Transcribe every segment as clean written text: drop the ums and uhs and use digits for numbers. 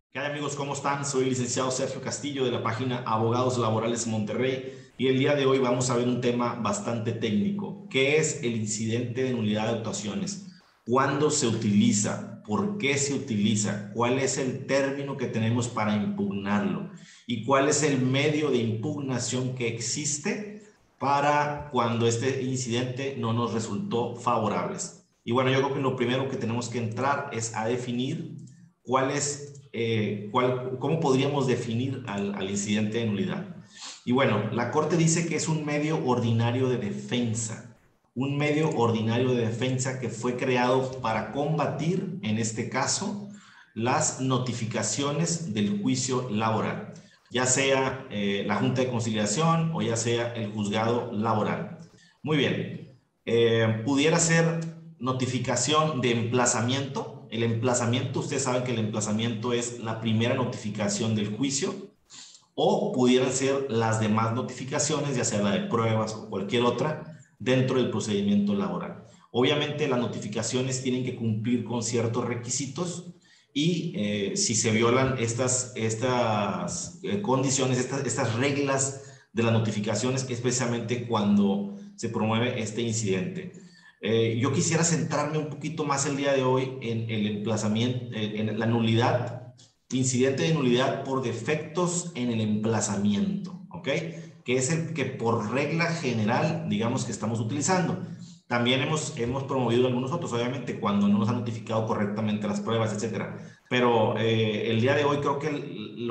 ¿Qué hay, amigos? ¿Cómo están? Soy el licenciado Sergio Castillo de la página Abogados Laborales Monterrey y el día de hoy vamos a ver un tema bastante técnico. ¿Qué es el incidente de nulidad de actuaciones? ¿Cuándo se utiliza? ¿Por qué se utiliza? ¿Cuál es el término que tenemos para impugnarlo? ¿Y cuál es el medio de impugnación que existe para cuando este incidente no nos resultó favorable? Y bueno, yo creo que lo primero que tenemos que entrar es a definir cuál es, cómo podríamos definir al incidente de nulidad. Y bueno, la Corte dice que es un medio ordinario de defensa, un medio ordinario de defensa que fue creado para combatir, en este caso, las notificaciones del juicio laboral, ya sea la Junta de Conciliación o ya sea el juzgado laboral. Muy bien, pudiera ser notificación de emplazamiento. El emplazamiento, ustedes saben que el emplazamiento es la primera notificación del juicio, o pudieran ser las demás notificaciones, ya sea la de pruebas o cualquier otra, dentro del procedimiento laboral. Obviamente las notificaciones tienen que cumplir con ciertos requisitos y si se violan estas condiciones, estas reglas de las notificaciones, especialmente cuando se promueve este incidente. Yo quisiera centrarme un poquito más el día de hoy en el emplazamiento, en la nulidad, incidente de nulidad por defectos en el emplazamiento, ¿ok? Que es el que por regla general, digamos, que estamos utilizando. También hemos promovido algunos otros, obviamente, cuando no nos han notificado correctamente las pruebas, etcétera. Pero el día de hoy creo que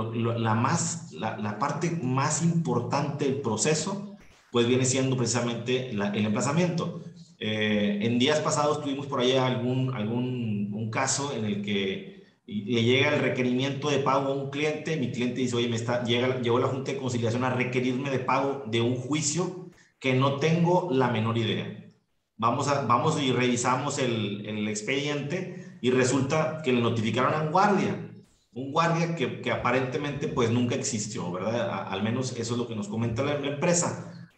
la parte más importante del proceso, pues viene siendo precisamente el emplazamiento. En días pasados tuvimos por ahí un caso en el que le llega el requerimiento de pago a un cliente. Mi cliente dice, oye, llegó la Junta de Conciliación a requerirme de pago de un juicio que no tengo la menor idea. Vamos y revisamos el expediente y resulta que le notificaron a un guardia que aparentemente pues nunca existió, ¿verdad? Al menos eso es lo que nos comenta la empresa.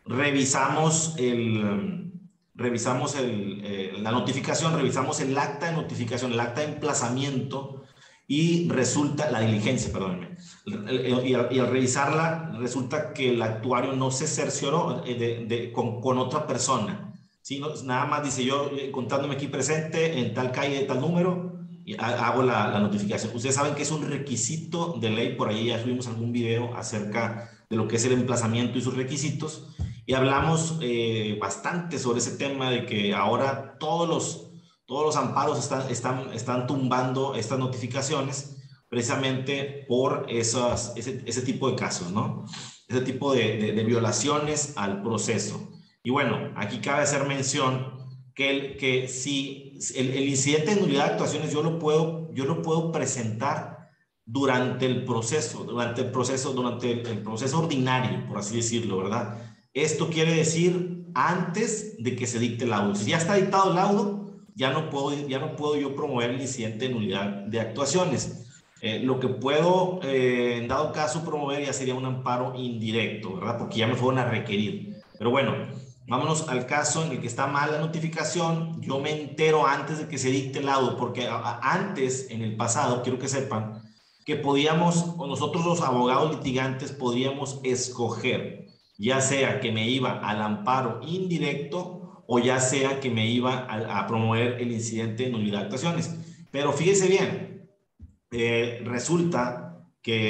La notificación, revisamos el acta de notificación, el acta de emplazamiento y resulta, la diligencia, perdónenme, y al revisarla resulta que el actuario no se cercioró con otra persona. ¿Sí? No, nada más dice yo, encontrándome aquí presente en tal calle, de tal número, y hago la notificación. Ustedes saben que es un requisito de ley, por ahí ya subimos algún video acerca de lo que es el emplazamiento y sus requisitos, y hablamos bastante sobre ese tema de que ahora todos los amparos están tumbando estas notificaciones precisamente por ese tipo de casos, ¿no? Ese tipo de violaciones al proceso. Y bueno, aquí cabe hacer mención que si el incidente de nulidad de actuaciones yo lo puedo presentar durante el proceso ordinario, por así decirlo, ¿verdad? Esto quiere decir antes de que se dicte el laudo. Si ya está dictado el laudo, ya no puedo yo promover el incidente de nulidad de actuaciones. Lo que puedo, en dado caso, promover ya sería un amparo indirecto, ¿verdad? Porque ya me fueron a requerir. Pero bueno, vámonos al caso en el que está mal la notificación. Yo me entero antes de que se dicte el laudo, porque antes, en el pasado, quiero que sepan que podíamos, o nosotros los abogados litigantes, podríamos escoger, ya sea que me iba al amparo indirecto o ya sea que me iba a promover el incidente de nulidad de actuaciones. Pero fíjese bien, resulta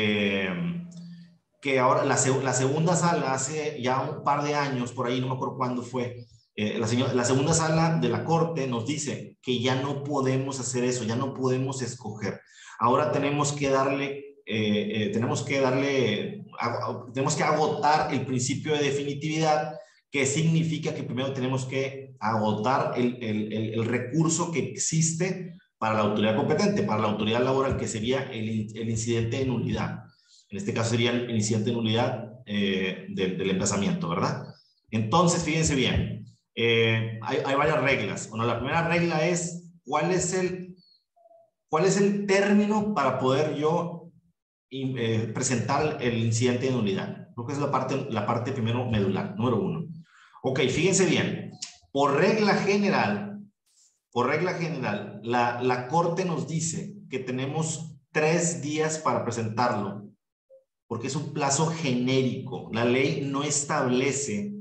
que ahora la segunda sala, hace ya un par de años, por ahí no me acuerdo cuándo fue, la segunda sala de la Corte nos dice que ya no podemos hacer eso, ya no podemos escoger. Ahora tenemos que tenemos que agotar el principio de definitividad, que significa que primero tenemos que agotar el recurso que existe para la autoridad competente, para la autoridad laboral, que sería el incidente de nulidad. En este caso sería el incidente de nulidad del emplazamiento, ¿verdad? Entonces, fíjense bien, hay varias reglas. Bueno, la primera regla es cuál es el término para poder yo presentar el incidente de nulidad. Creo que es la parte primero medular, número uno. Ok, fíjense bien, por regla general, la Corte nos dice que tenemos 3 días para presentarlo, porque es un plazo genérico. La ley no establece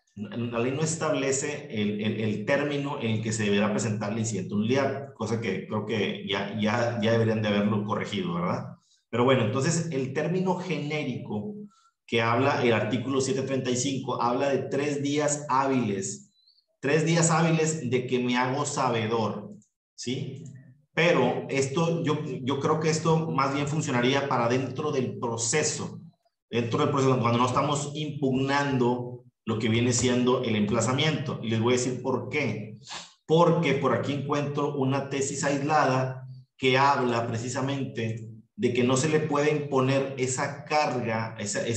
el término en el que se deberá presentar la incidente de nulidad, cosa que creo que ya deberían de haberlo corregido, ¿verdad? Pero bueno, entonces el término genérico que habla el artículo 735 habla de 3 días hábiles, 3 días hábiles de que me hago sabedor, ¿sí? Pero esto, yo creo que esto más bien funcionaría para dentro del proceso, cuando no estamos impugnando lo que viene siendo el emplazamiento. Y les voy a decir por qué. Porque por aquí encuentro una tesis aislada que habla precisamente de que no se le puede imponer esa carga,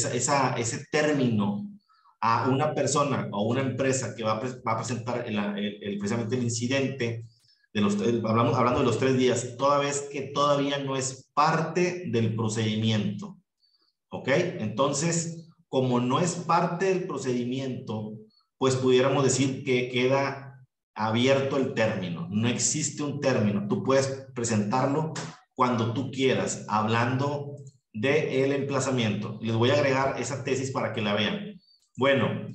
ese término a una persona o una empresa que va a presentar precisamente el incidente, hablando de los 3 días, toda vez que todavía no es parte del procedimiento. ¿Ok? Entonces, como no es parte del procedimiento, pues pudiéramos decir que queda abierto el término. No existe un término. Tú puedes presentarlo cuando tú quieras, hablando del emplazamiento. Les voy a agregar esa tesis para que la vean. Bueno,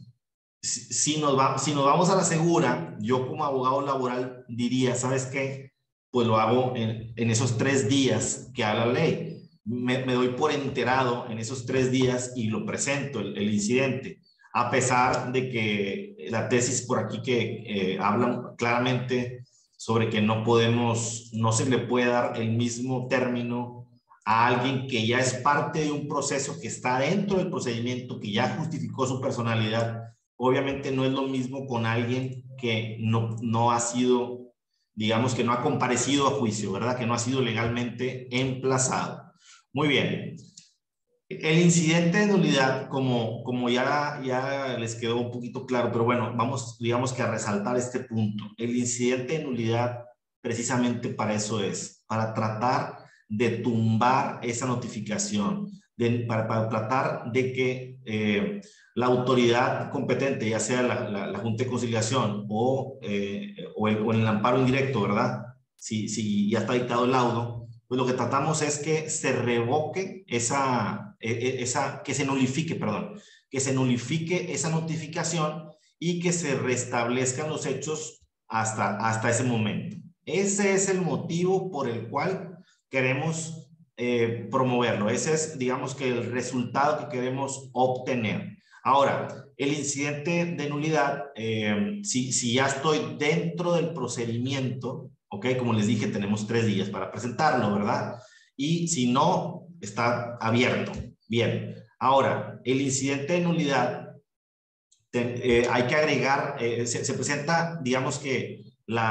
si nos vamos a la segura, yo como abogado laboral diría, ¿sabes qué? Pues lo hago en esos 3 días que habla la ley. Me doy por enterado en esos 3 días y lo presento, el incidente. A pesar de que la tesis por aquí que habla claramente sobre que no se le puede dar el mismo término a alguien que ya es parte de un proceso, que está dentro del procedimiento, que ya justificó su personalidad. Obviamente no es lo mismo con alguien que no ha sido, digamos que no ha comparecido a juicio, ¿verdad? Que no ha sido legalmente emplazado. Muy bien. El incidente de nulidad, como ya les quedó un poquito claro, pero bueno, vamos, digamos que a resaltar este punto. El incidente de nulidad precisamente para eso es, para tratar de tumbar esa notificación, para tratar de que la autoridad competente, ya sea la Junta de Conciliación o el amparo indirecto, ¿verdad? Si ya está dictado el laudo, pues lo que tratamos es que se revoque que se nulifique, perdón, que se nulifique esa notificación y que se restablezcan los hechos hasta ese momento. Ese es el motivo por el cual queremos promoverlo. Ese es, digamos, que el resultado que queremos obtener. Ahora, el incidente de nulidad, si ya estoy dentro del procedimiento, ¿ok? Como les dije, tenemos 3 días para presentarlo, ¿verdad? Y si no, está abierto. Bien. Ahora, el incidente de nulidad, hay que agregar, se presenta, digamos que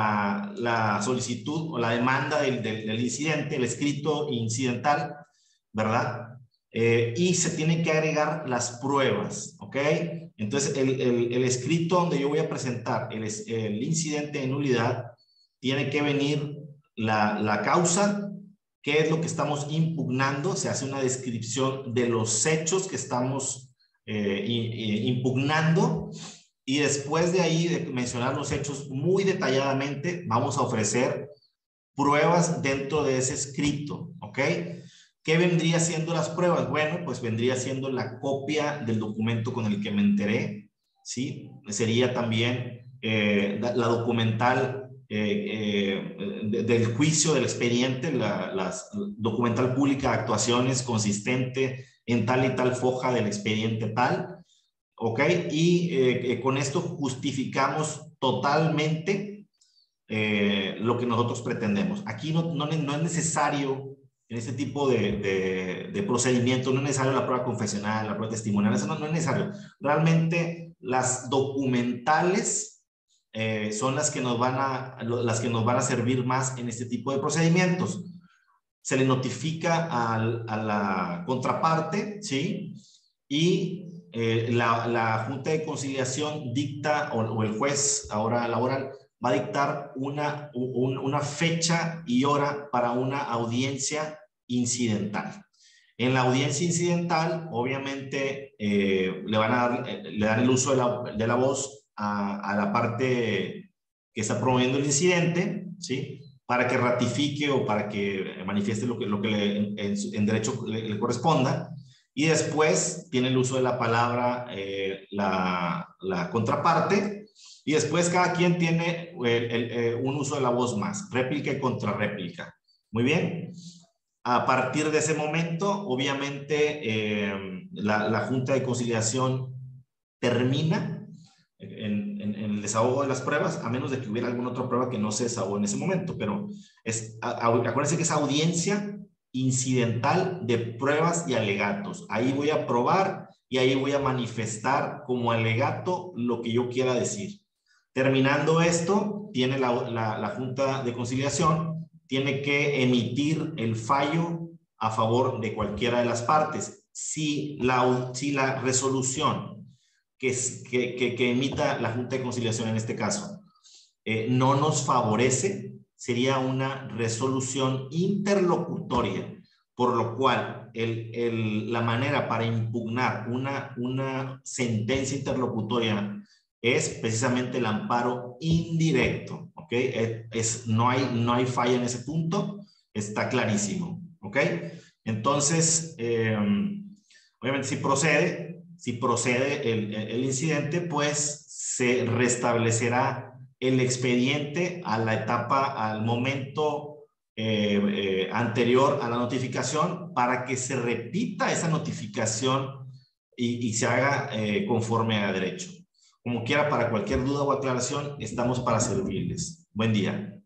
la solicitud o la demanda del incidente, el escrito incidental, ¿verdad? Y se tienen que agregar las pruebas, ¿ok? Entonces, el escrito donde yo voy a presentar el incidente de nulidad, tiene que venir la causa, qué es lo que estamos impugnando, se hace una descripción de los hechos que estamos impugnando, y después de ahí de mencionar los hechos muy detalladamente, vamos a ofrecer pruebas dentro de ese escrito, ¿ok? ¿Qué vendría siendo las pruebas? Bueno, pues vendría siendo la copia del documento con el que me enteré, ¿sí? Sería también la documental del juicio, del expediente, la documental pública de actuaciones consistente en tal y tal foja del expediente tal, ¿ok? Y con esto justificamos totalmente lo que nosotros pretendemos. Aquí no es necesario, en este tipo de procedimientos, no es necesario la prueba confesional, la prueba testimonial, eso no es necesario. Realmente las documentales son las que nos van a servir más en este tipo de procedimientos. Se le notifica a la contraparte, ¿sí? Y la Junta de Conciliación dicta, o el juez ahora laboral, va a dictar una fecha y hora para una audiencia incidental. En la audiencia incidental, obviamente, le dan el uso de la voz a la parte que está promoviendo el incidente, ¿sí? para que ratifique o para que manifieste lo que en derecho le corresponda. Y después tiene el uso de la palabra la contraparte. Y después cada quien tiene un uso de la voz más, réplica y contrarréplica. Muy bien. A partir de ese momento, obviamente, la Junta de Conciliación termina en el desahogo de las pruebas, a menos de que hubiera alguna otra prueba que no se desahogó en ese momento, pero acuérdense que es audiencia incidental de pruebas y alegatos. Ahí voy a probar y ahí voy a manifestar como alegato lo que yo quiera decir. Terminando esto, tiene la Junta de Conciliación, tiene que emitir el fallo a favor de cualquiera de las partes. Si la resolución que emita la Junta de Conciliación en este caso no nos favorece, sería una resolución interlocutoria, por lo cual la manera para impugnar una sentencia interlocutoria es precisamente el amparo indirecto, ¿ok? No hay falla en ese punto, está clarísimo, ¿ok? Entonces, obviamente si procede el incidente, pues se restablecerá el expediente a la etapa, al momento anterior a la notificación, para que se repita esa notificación y se haga conforme a derecho. Como quiera, para cualquier duda o aclaración, estamos para servirles. Buen día.